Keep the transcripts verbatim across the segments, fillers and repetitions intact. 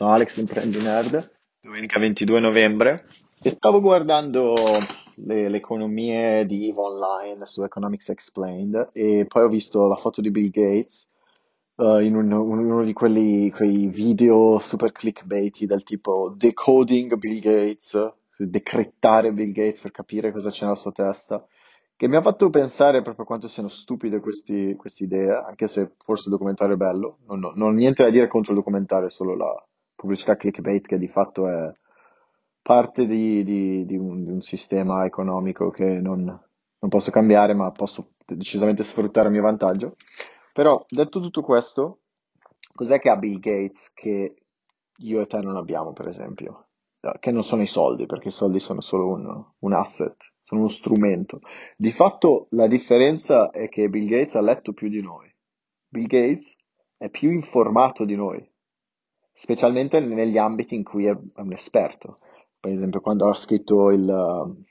Sono Alex, l'Imprendi Nerd, domenica ventidue novembre, e stavo guardando le, le economie di Eve Online su Economics Explained e poi ho visto la foto di Bill Gates eh, in un- uno di quelli, quei video super clickbaity del tipo Decoding Bill Gates, su decrittare Bill Gates per capire cosa c'è nella sua testa, che mi ha fatto pensare proprio quanto siano stupide questi- queste idee, anche se forse il documentario è bello. Non, non- non ho niente da dire contro il documentario, è solo la pubblicità clickbait che di fatto è parte di, di- di un, di un sistema economico che non, non posso cambiare, ma posso decisamente sfruttare a mio vantaggio. Però, detto tutto questo, cos'è che ha Bill Gates che io e te non abbiamo, per esempio? Eh, Che non sono i soldi, perché i soldi sono solo un, un asset, sono uno strumento. Di fatto la differenza è che Bill Gates ha letto più di noi. Bill Gates è più informato di noi, specialmente negli ambiti in cui è, è un esperto. Per esempio, quando ha scritto il, eh,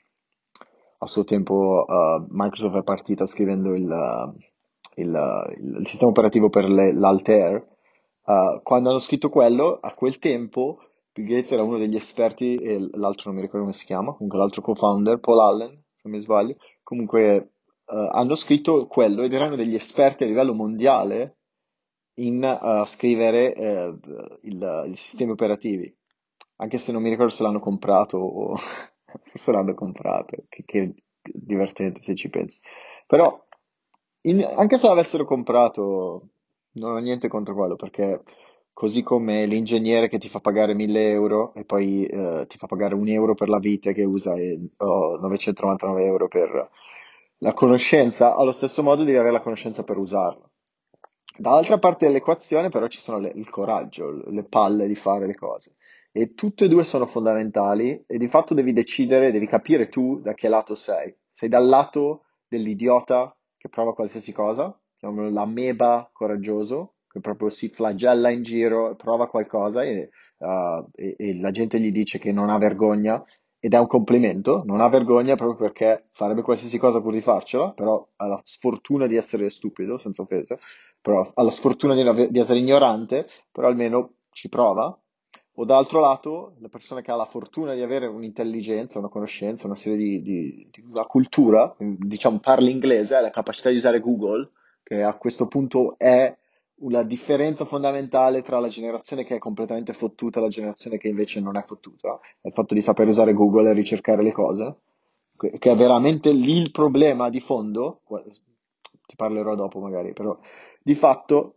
a suo tempo, eh, Microsoft è partita scrivendo il, eh, il, eh, il sistema operativo per le- l'Altair. Eh, quando hanno scritto quello, a quel tempo, Bill Gates era uno degli esperti, e l'altro non mi ricordo come si chiama, comunque l'altro co-founder, Paul Allen, se non mi sbaglio, comunque eh, hanno scritto quello ed erano degli esperti a livello mondiale in eh, scrivere eh, il- i sistemi operativi, anche se non mi ricordo se l'hanno comprato o forse l'hanno comprato, che, che divertente se ci pensi. Però, in- anche se l'avessero comprato, non ho niente contro quello, perché così come l'ingegnere che ti fa pagare mille euro e poi eh, ti fa pagare un euro per la vite che usa e oh, novecentonovantanove euro per la conoscenza, allo stesso modo devi avere la conoscenza per usarla. Dall'altra parte dell'equazione però ci sono le- il coraggio, le palle di fare le cose. E tutte e due sono fondamentali e di fatto devi decidere, devi capire tu da che lato sei. Sei dal lato dell'idiota che prova qualsiasi cosa, chiamiamolo l'ameba coraggioso, che proprio si flagella in giro, prova qualcosa e, uh, e- e la gente gli dice che non ha vergogna ed è un complimento, non ha vergogna proprio perché farebbe qualsiasi cosa pur di farcela, però ha la sfortuna di essere stupido, senza offesa, però ha la sfortuna di, non ave- di essere ignorante, però almeno ci prova. O dall'altro lato, la persona che ha la fortuna di avere un'intelligenza, una conoscenza, una serie di, di- di una cultura, diciamo parla inglese, ha la capacità di usare Google, che a questo punto è la differenza fondamentale tra la generazione che è completamente fottuta e la generazione che invece non è fottuta, è il fatto di saper usare Google e ricercare le cose, che che è veramente lì il problema di fondo. Gua- Ti parlerò dopo magari, però di fatto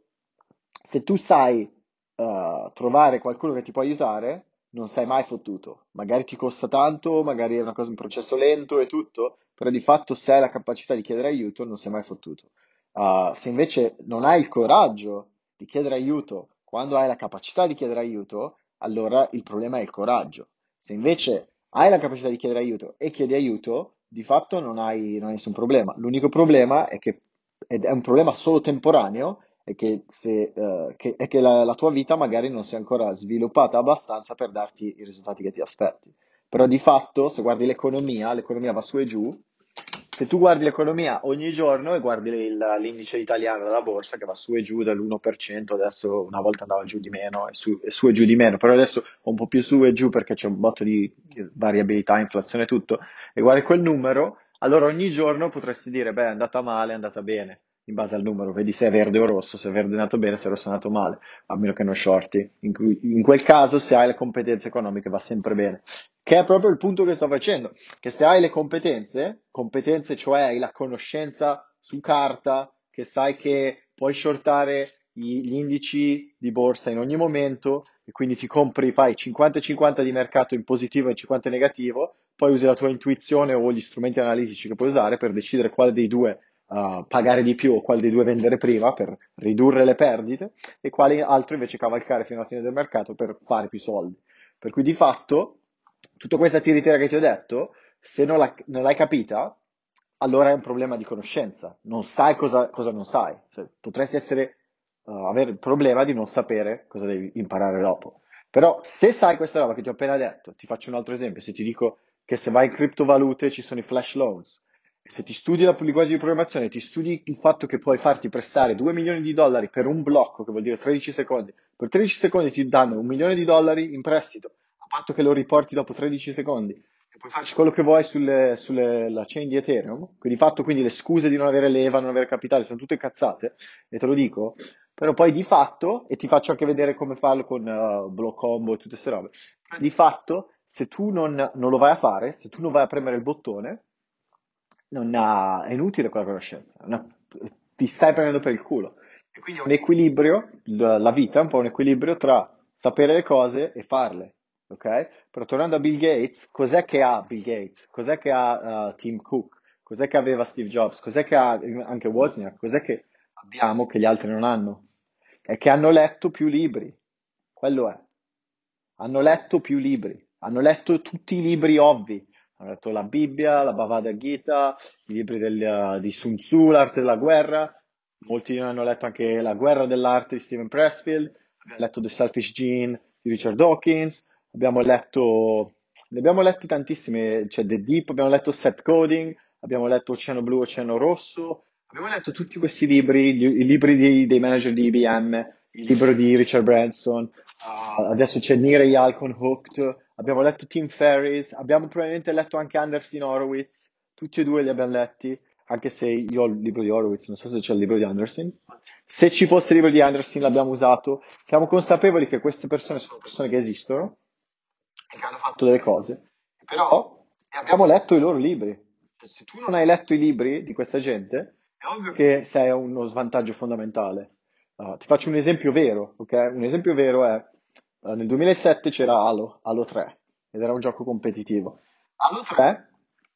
se tu sai eh, trovare qualcuno che ti può aiutare, non sei mai fottuto. Magari ti costa tanto, magari è una cosa, un processo lento e tutto, però di fatto se hai la capacità di chiedere aiuto, non sei mai fottuto. Uh, se invece non hai il coraggio di chiedere aiuto, quando hai la capacità di chiedere aiuto, allora il problema è il coraggio. Se invece hai la capacità di chiedere aiuto e chiedi aiuto, di fatto non hai, non hai nessun problema. L'unico problema è che, ed è un problema solo temporaneo, è che, se, eh, che- è che la, la tua vita magari non si è ancora sviluppata abbastanza per darti i risultati che ti aspetti. Però di fatto, se guardi l'economia, l'economia va su e giù. Se tu guardi l'economia ogni giorno e guardi il- l'indice italiano della borsa che va su e giù dell'uno per cento, adesso una volta andava giù di meno e su, e su e giù di meno, però adesso è un po' più su e giù perché c'è un botto di variabilità, inflazione e tutto, e guardi quel numero, allora ogni giorno potresti dire, beh, è andata male, è andata bene, in base al numero, vedi se è verde o rosso, se è verde è andato bene, se è rosso è andato male, a meno che non shorti. In, cui- in quel caso, se hai le competenze economiche, va sempre bene. Che è proprio il punto che sto facendo, che se hai le competenze, competenze cioè hai la conoscenza su carta, che sai che puoi shortare gli gli indici di borsa in ogni momento e quindi ti compri, fai cinquanta e cinquanta di mercato in positivo e cinquanta in negativo, poi usi la tua intuizione o gli strumenti analitici che puoi usare per decidere quale dei due uh, pagare di più o quale dei due vendere prima per ridurre le perdite e quale altro invece cavalcare fino alla fine del mercato per fare più soldi. Per cui di fatto, tutta questa tiritera che ti ho detto, se non, la- non l'hai capita, allora è un problema di conoscenza. Non sai cosa, cosa non sai. Cioè, potresti essere, uh, avere il problema di non sapere cosa devi imparare dopo. Però se sai questa roba che ti ho appena detto, ti faccio un altro esempio, se ti dico che se vai in criptovalute ci sono i flash loans, e se ti studi la linguaggio di programmazione, ti studi il fatto che puoi farti prestare due milioni di dollari per un blocco, che vuol dire tredici secondi, per Per tredici secondi ti danno un milione di dollari in prestito, a patto che lo riporti dopo tredici secondi. E puoi farci quello che vuoi sulle, sulle, la chain di Ethereum, che di fatto quindi le scuse di non avere leva, non avere capitale, sono tutte cazzate, e te lo dico, però poi di fatto, e ti faccio anche vedere come farlo con uh, Block Combo e tutte queste robe, di fatto, se tu non, non lo vai a fare, se tu non vai a premere il bottone, non ha- è inutile quella conoscenza, non ha- ti stai prendendo per il culo. E quindi è un equilibrio, la la vita è un po' un equilibrio tra sapere le cose e farle, ok? Però tornando a Bill Gates, cos'è che ha Bill Gates? Cos'è che ha uh, Tim Cook? Cos'è che aveva Steve Jobs? Cos'è che ha anche Wozniak? Cos'è che abbiamo che gli altri non hanno? È che hanno letto più libri, quello è. Hanno letto più libri, hanno letto tutti i libri ovvi, hanno letto la Bibbia, la Bhagavad Gita, i libri del- eh, di Sun Tzu, l'arte della guerra, molti hanno letto anche La guerra dell'arte di Steven Pressfield, abbiamo letto The Selfish Gene di Richard Dawkins, abbiamo letto, ne abbiamo letti tantissime, c'è The Deep, abbiamo letto Set Coding, abbiamo letto Oceano Blu, Oceano Rosso, abbiamo letto tutti questi libri, gli- i libri di- dei manager di I B M, il libro di Richard Branson, ah, adesso c'è Nireyal con Hooked, abbiamo letto Tim Ferriss, abbiamo probabilmente letto anche Anderson Horowitz, tutti e due li abbiamo letti, anche se io ho il libro di Horowitz, non so se c'è il libro di Anderson. Se ci fosse il libro di Anderson l'abbiamo usato, siamo consapevoli che queste persone sono persone che esistono e che hanno fatto delle cose, però abbiamo letto i loro libri. Cioè, se tu non hai letto i libri di questa gente, è ovvio che sei a uno svantaggio fondamentale. Uh, ti faccio un esempio vero, ok? Un esempio vero è, uh, nel duemilasette c'era Halo, Halo tre, ed era un gioco competitivo. Halo tre,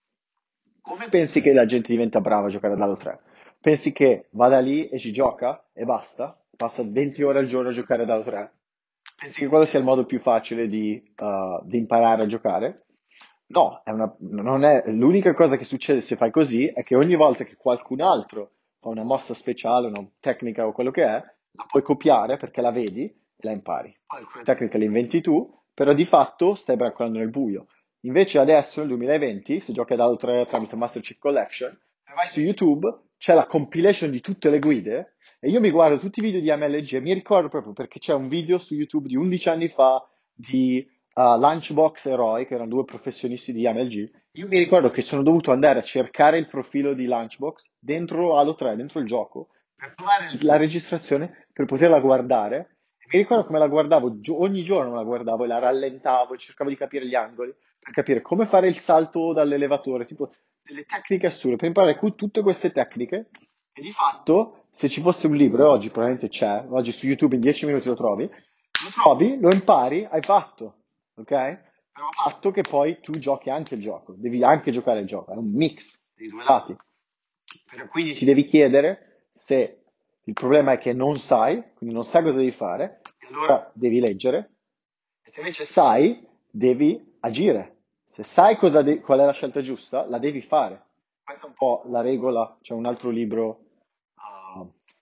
come pensi che la gente diventa brava a giocare ad Halo tre? Pensi che vada lì e ci gioca e basta? Passa venti ore al giorno a giocare ad Halo tre? Pensi che quello sia il modo più facile di, uh, di imparare a giocare? No, è una- non è, l'unica cosa che succede se fai così è che ogni volta che qualcun altro fa una mossa speciale, una tecnica o quello che è, la puoi copiare perché la vedi e la impari. Poi alcune tecniche le inventi tu, però di fatto stai brancolando nel buio. Invece adesso, nel duemilaventi, se giochi ad Halo tre tramite Master Chief Collection, se vai su YouTube, c'è la compilation di tutte le guide e io mi guardo tutti i video di M L G e mi ricordo proprio perché c'è un video su YouTube di undici anni fa di uh, Lunchbox e Roy, che erano due professionisti di M L G. Io mi ricordo che sono dovuto andare a cercare il profilo di Lunchbox dentro Halo tre, dentro il gioco, per trovare la registrazione per poterla guardare. Mi ricordo come la guardavo, gio- ogni giorno la guardavo e la rallentavo, e cercavo di capire gli angoli, per capire come fare il salto dall'elevatore, tipo delle tecniche assurde, per imparare cu- tutte queste tecniche. E di fatto, se ci fosse un libro, e oggi probabilmente c'è, oggi su YouTube in dieci minuti lo trovi, lo trovi, lo impari, hai fatto, ok? Però ha fatto che poi tu giochi anche il gioco, devi anche giocare il gioco, è un mix dei due lati. Per Quindi ti devi chiedere se il problema è che non sai, quindi non sai cosa devi fare, e allora devi leggere, e se invece sai, devi agire. Se sai cosa de- qual è la scelta giusta, la devi fare. Questa è un po' la regola, c'è un altro libro, ah,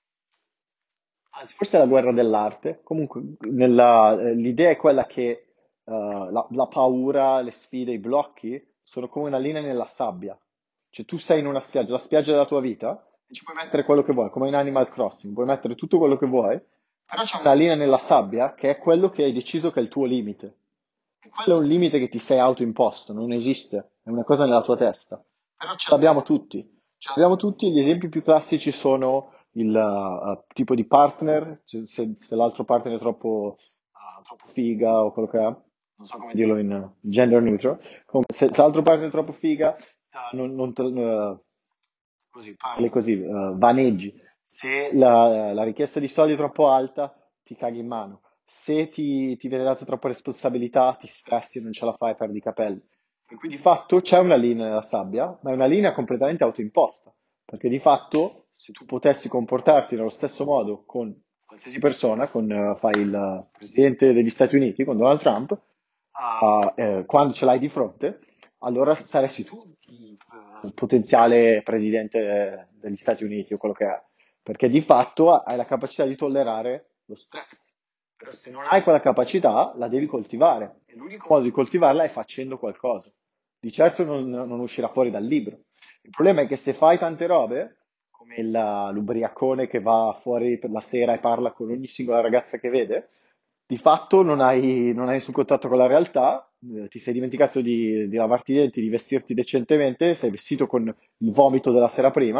anzi, forse è la guerra dell'arte. Comunque, nella- eh, l'idea è quella che eh, la, la paura, le sfide, i blocchi sono come una linea nella sabbia. Cioè, tu sei in una spiaggia, la spiaggia della tua vita, e ci puoi mettere quello che vuoi, come in Animal Crossing, puoi mettere tutto quello che vuoi, però c'è una linea nella sabbia che è quello che hai deciso che è il tuo limite. E quello è un limite che ti sei autoimposto, non esiste, è una cosa nella tua testa. Però ce l'abbiamo tutti. Ce l'abbiamo tutti, gli esempi più classici sono il uh, tipo di partner, se, se- se l'altro partner è troppo, uh, troppo figa o quello che è, non so come dirlo in uh, gender neutral. Comunque, se, se l'altro partner è troppo figa, uh, non, non te- uh, così, parli così, uh, vaneggi. Se la, la richiesta di soldi è troppo alta, ti caghi in mano. Se ti, ti viene data troppa responsabilità, ti stressi, non ce la fai, perdi i capelli. E quindi di fatto c'è una linea nella sabbia, ma è una linea completamente autoimposta, perché di fatto se tu potessi comportarti nello stesso modo con qualsiasi persona, con, eh, fai il presidente degli Stati Uniti, con Donald Trump, ah, eh, quando ce l'hai di fronte, allora saresti tu il, il potenziale presidente eh, degli Stati Uniti o quello che è, perché di fatto hai la capacità di tollerare lo stress. Però se non hai quella capacità, la devi coltivare. E l'unico modo di coltivarla è facendo qualcosa. Di certo non, non uscirà fuori dal libro. Il problema è che se fai tante robe, come il- l'ubriacone che va fuori per la sera e parla con ogni singola ragazza che vede, di fatto non hai, non hai nessun contatto con la realtà, eh, ti sei dimenticato di, di lavarti i denti, di vestirti decentemente, sei vestito con il vomito della sera prima,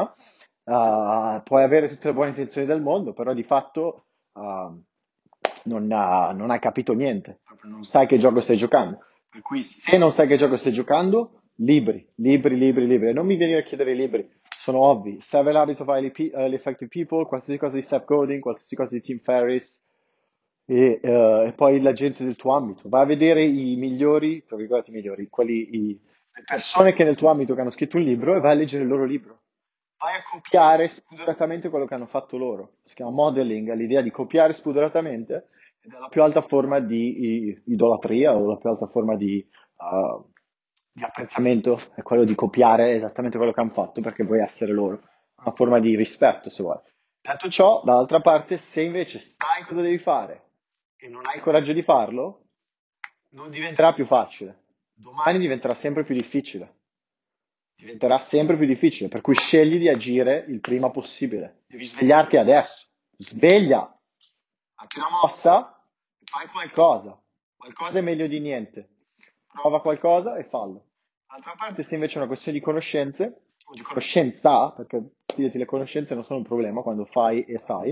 uh, puoi avere tutte le buone intenzioni del mondo, però di fatto uh, non, ha- non hai capito niente, proprio non sai che gioco stai giocando. Per cui se non sai che gioco stai giocando, libri, libri, libri, libri. E non mi venire a chiedere i libri, sono ovvi. Seven Habits of Highly Pe- uh, Effective People, qualsiasi cosa di Seth Godin, qualsiasi cosa di Tim Ferriss, e, eh, e poi la gente del tuo ambito. Va a vedere i migliori, tra virgolette i migliori, quelli, i- le persone che nel tuo ambito che hanno scritto un libro e vai a leggere il loro libro. Vai a copiare spudoratamente quello che hanno fatto loro. Si chiama modeling, è l'idea di copiare spudoratamente ed è la più alta forma di i- idolatria o la più alta forma di, uh, di apprezzamento, è quello di copiare esattamente quello che hanno fatto perché vuoi essere loro. Una forma di rispetto, se vuoi. Detto ciò, dall'altra parte, se invece sai cosa devi fare e non hai il coraggio di farlo, non diventerà più facile. Domani diventerà sempre più difficile. Diventerà sempre più difficile, per cui scegli di agire il prima possibile. Devi svegliarti adesso. Sveglia! Fatti una mossa e fai qualcosa. Qualcosa è meglio di niente. Prova qualcosa e fallo. D'altra parte, se invece è una questione di conoscenze, o di conoscenza, perché fidati, le conoscenze non sono un problema quando fai e sai,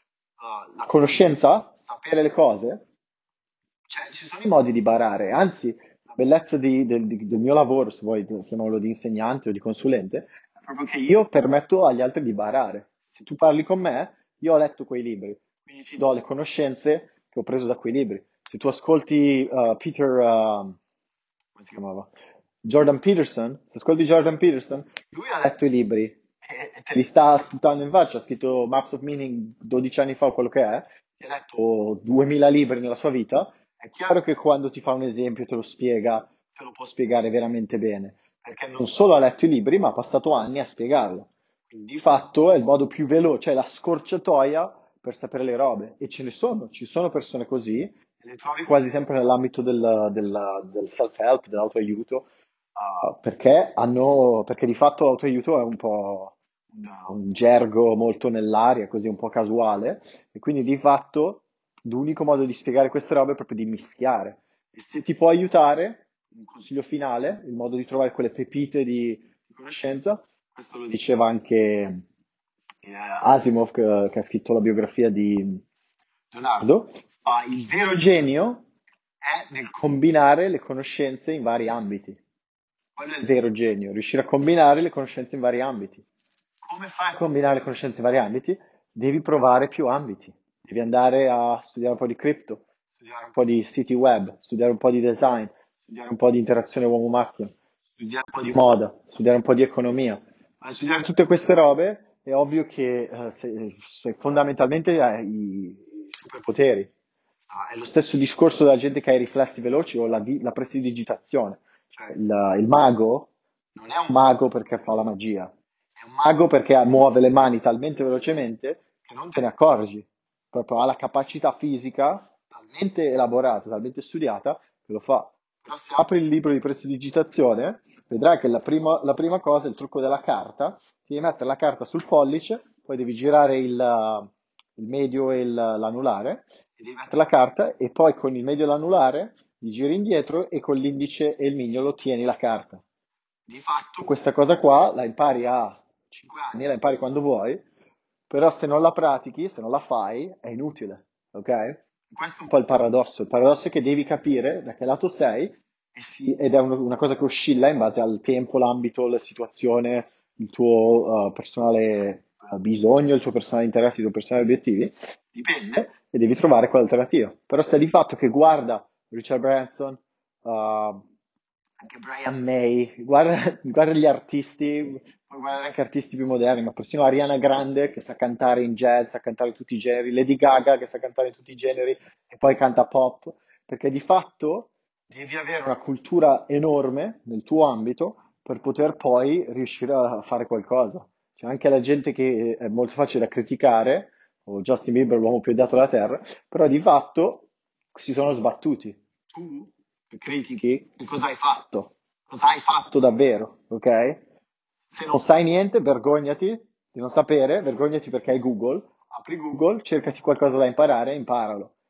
uh, la conoscenza, sapere le cose, cioè, ci sono i modi di barare, anzi, la bellezza di- del, di- del mio lavoro, se vuoi chiamarlo di insegnante o di consulente, è proprio che io permetto agli altri di barare. Se tu parli con me, io ho letto quei libri, quindi ti do le conoscenze che ho preso da quei libri. Se tu ascolti uh, Peter, uh, come si chiamava? Jordan Peterson, se ascolti Jordan Peterson, lui ha letto i libri e e te li sta sputando in faccia, ha scritto Maps of Meaning dodici anni fa o quello che è, si è letto duemila libri nella sua vita, è chiaro che quando ti fa un esempio te lo spiega, te lo può spiegare veramente bene, perché non solo ha letto i libri, ma ha passato anni a spiegarlo. Quindi di fatto è il modo più veloce, è la scorciatoia per sapere le robe. E ce ne sono, ci sono persone così, e le trovi quasi sempre nell'ambito del, del- del self-help, dell'autoaiuto, ah, perché hanno, perché di fatto l'autoaiuto è un po' un, un gergo molto nell'aria, così un po' casuale, e quindi di fatto l'unico modo di spiegare queste robe è proprio di mischiare. E se ti può aiutare, un consiglio finale, il modo di trovare quelle pepite di, di conoscenza, questo lo diceva anche eh, Asimov, che, che ha scritto la biografia di Leonardo, ma il vero genio è nel combinare le conoscenze in vari ambiti. Quello è il vero genio, riuscire a combinare le conoscenze in vari ambiti. Come fai a combinare le conoscenze in vari ambiti? Devi provare più ambiti. Devi andare a studiare un po' di cripto, studiare un po' di siti web, studiare un po' di design, studiare un po' di interazione uomo-macchina, studiare un po' di moda, studiare un po' di economia. A studiare tutte queste robe è ovvio che eh, se, se fondamentalmente hai i, i superpoteri. Ah, è lo stesso discorso della gente che ha i riflessi veloci o la, di- la prestidigitazione. Cioè, il, il mago non è un mago perché fa la magia, è un mago perché muove le mani talmente velocemente che non te ne accorgi. Proprio ha la capacità fisica talmente elaborata, talmente studiata che lo fa. Però se apri il libro di prestidigitazione, vedrai che la prima, la prima cosa, il trucco della carta, ti devi mettere la carta sul pollice, poi devi girare il, il medio e il- l'anulare, e devi mettere la carta e poi con il medio e l'anulare li giri indietro e con l'indice e il mignolo tieni la carta. Di fatto questa cosa qua la impari a cinque anni, la impari quando vuoi, però se non la pratichi, se non la fai, è inutile, ok? Questo è un po' il paradosso. Il paradosso è che devi capire da che lato sei e si- ed è un- una cosa che oscilla in base al tempo, l'ambito, la situazione, il tuo uh, personale uh, bisogno, il tuo personale interesse, i tuoi personali obiettivi. Dipende e devi trovare quell'alternativa. Però sta di fatto che guarda Richard Branson, uh, anche Brian May, guarda, guarda gli artisti, puoi guardare anche artisti più moderni, ma persino Ariana Grande che sa cantare in jazz, sa cantare in tutti i generi, Lady Gaga che sa cantare in tutti i generi e poi canta pop, perché di fatto devi avere una cultura enorme nel tuo ambito per poter poi riuscire a fare qualcosa. C'è anche la gente che è molto facile da criticare, o Justin Bieber, l'uomo più odiato della terra, però di fatto si sono sbattuti. Tu che critichi, che cosa hai fatto? Cosa hai fatto davvero, ok? Se non sai niente, vergognati di non sapere, vergognati perché hai Google, apri Google, cercati qualcosa da imparare e imparalo.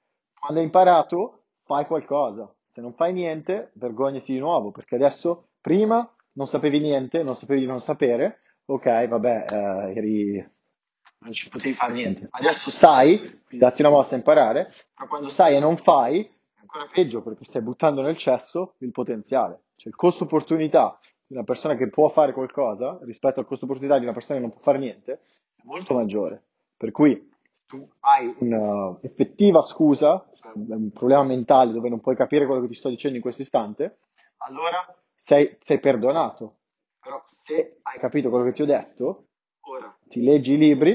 Quando hai imparato, fai qualcosa. Se non fai niente, vergognati di nuovo, perché adesso, prima non sapevi niente, non sapevi di non sapere, ok, vabbè, eh, eri non ci potevi fare niente. Adesso sai, quindi datti una mossa a imparare, ma quando sai e non fai, è ancora peggio perché stai buttando nel cesso il potenziale. Cioè il costo opportunità di una persona che può fare qualcosa rispetto al costo opportunità di una persona che non può fare niente è molto maggiore. Per cui tu hai un'effettiva scusa, cioè un problema mentale dove non puoi capire quello che ti sto dicendo in questo istante, allora sei, sei perdonato. Però se hai capito quello che ti ho detto, ora ti leggi i libri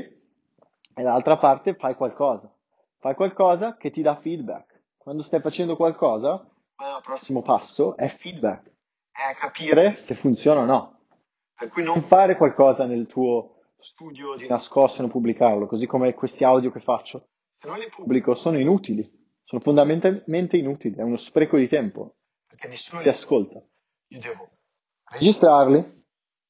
e dall'altra parte fai qualcosa. Fai qualcosa che ti dà feedback. Quando stai facendo qualcosa, qual è il prossimo passo? È feedback. È capire se funziona o no. Per cui non fare qualcosa nel tuo studio di nascosto e non pubblicarlo, così come questi audio che faccio. Se non li pubblico sono inutili, sono fondamentalmente inutili, è uno spreco di tempo, perché nessuno li ascolta. Io devo registrarli,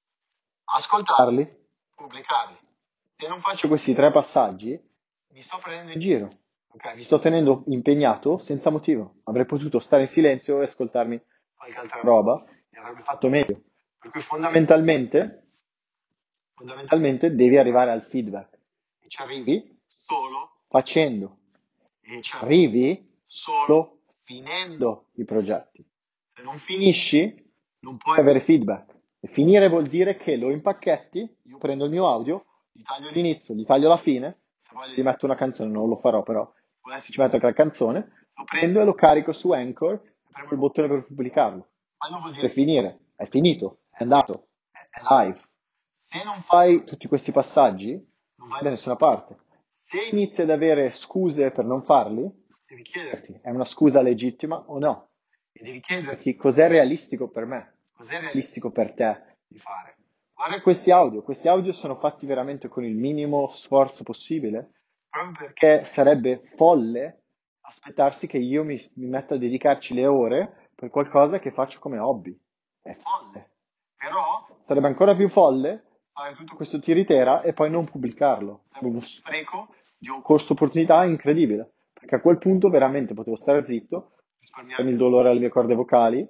ascoltarli, pubblicarli. Se non faccio questi tre passaggi, mi sto prendendo in giro, ok? Mi sto tenendo impegnato senza motivo. Avrei potuto stare in silenzio e ascoltarmi qualche altra roba e avrebbe fatto meglio. Per cui fondamentalmente, fondamentalmente devi arrivare al feedback e ci arrivi solo facendo e ci arrivi solo finendo i progetti. Se non finisci, non puoi avere feedback. E finire vuol dire che lo impacchetti, io prendo il mio audio, gli taglio l'inizio, gli taglio la fine, se voglio gli metto una canzone, non lo farò però, se volessi ci metto anche la canzone, lo prendo e lo carico su Anchor e premo il bottone per pubblicarlo. Quello vuol dire finire, è finito, è andato, è è live. Se non fai tutti questi passaggi, non vai da nessuna parte. Se inizi ad avere scuse per non farli, devi chiederti, è una scusa legittima o no? E devi chiederti cos'è realistico per me, cos'è realistico per te di fare. Guarda questi audio, questi audio sono fatti veramente con il minimo sforzo possibile, proprio perché sarebbe folle aspettarsi che io mi, mi metta a dedicarci le ore per qualcosa che faccio come hobby. È folle. Però sarebbe ancora più folle fare tutto questo tiritera e poi non pubblicarlo. Sarebbe uno spreco di un costo opportunità incredibile. Perché a quel punto veramente potevo stare zitto, risparmiarmi il dolore alle mie corde vocali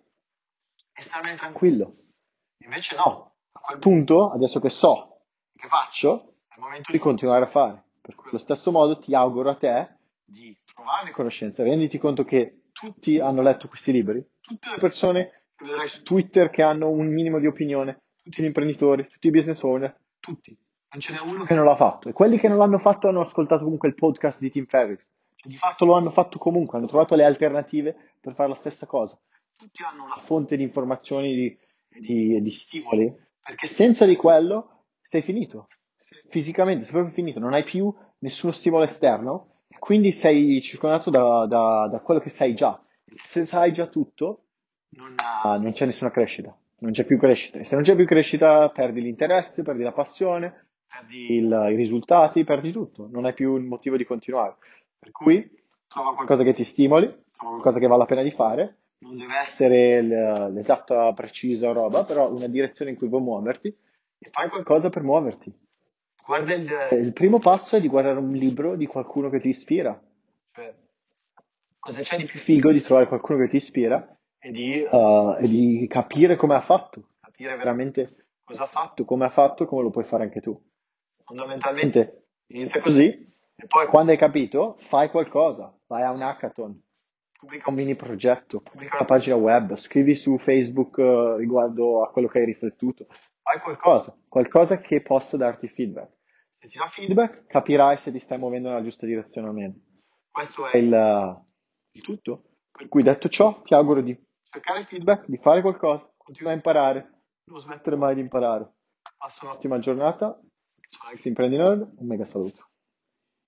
e starmene tranquillo. Invece no, a quel punto, adesso che so che faccio, è il momento di continuare a fare. Per cui allo stesso modo ti auguro a te di trovare le conoscenze, renditi conto che tutti hanno letto questi libri, tutte le persone che vedrai su Twitter che hanno un minimo di opinione, tutti gli imprenditori, tutti i business owner, tutti. Non ce n'è uno che non l'ha fatto. E quelli che non l'hanno fatto hanno ascoltato comunque il podcast di Tim Ferriss. Cioè, di fatto lo hanno fatto comunque, hanno trovato le alternative per fare la stessa cosa. Tutti hanno una fonte di informazioni, di, di, di stimoli, perché senza di quello sei finito. Sei- Fisicamente sei proprio finito, non hai più nessuno stimolo esterno, e quindi sei circondato da, da- da quello che sai già. Se sai già tutto, non, ha- non c'è nessuna crescita, non c'è più crescita. E se non c'è più crescita, perdi l'interesse, perdi la passione, perdi il- i risultati, perdi tutto, non hai più il motivo di continuare. Per cui trova qualcosa che ti stimoli, trova qualcosa che vale la pena di fare, non deve essere l- l'esatta precisa roba, però una direzione in cui vuoi muoverti e fai qualcosa per muoverti. Guarda il, il primo passo è di guardare un libro di qualcuno che ti ispira. Cioè, cosa c'è di più figo di trovare qualcuno che ti ispira e di, uh, e di capire come ha fatto, capire veramente cosa ha fatto, come ha fatto e come lo puoi fare anche tu. Fondamentalmente inizia così e poi quando hai capito fai qualcosa, vai a un hackathon, pubblica un mini progetto, pubblica una pagina web, scrivi su Facebook eh, riguardo a quello che hai riflettuto, fai qualcosa, qualcosa che possa darti feedback. Se ti dà feedback capirai se ti stai muovendo nella giusta direzione o meno. Questo è il, il tutto. Per cui detto ciò, ti auguro di cercare feedback, di fare qualcosa, continuare a imparare, non smettere mai di imparare. Passa un'ottima giornata, sono Alex Imprendi Nerd, un mega saluto.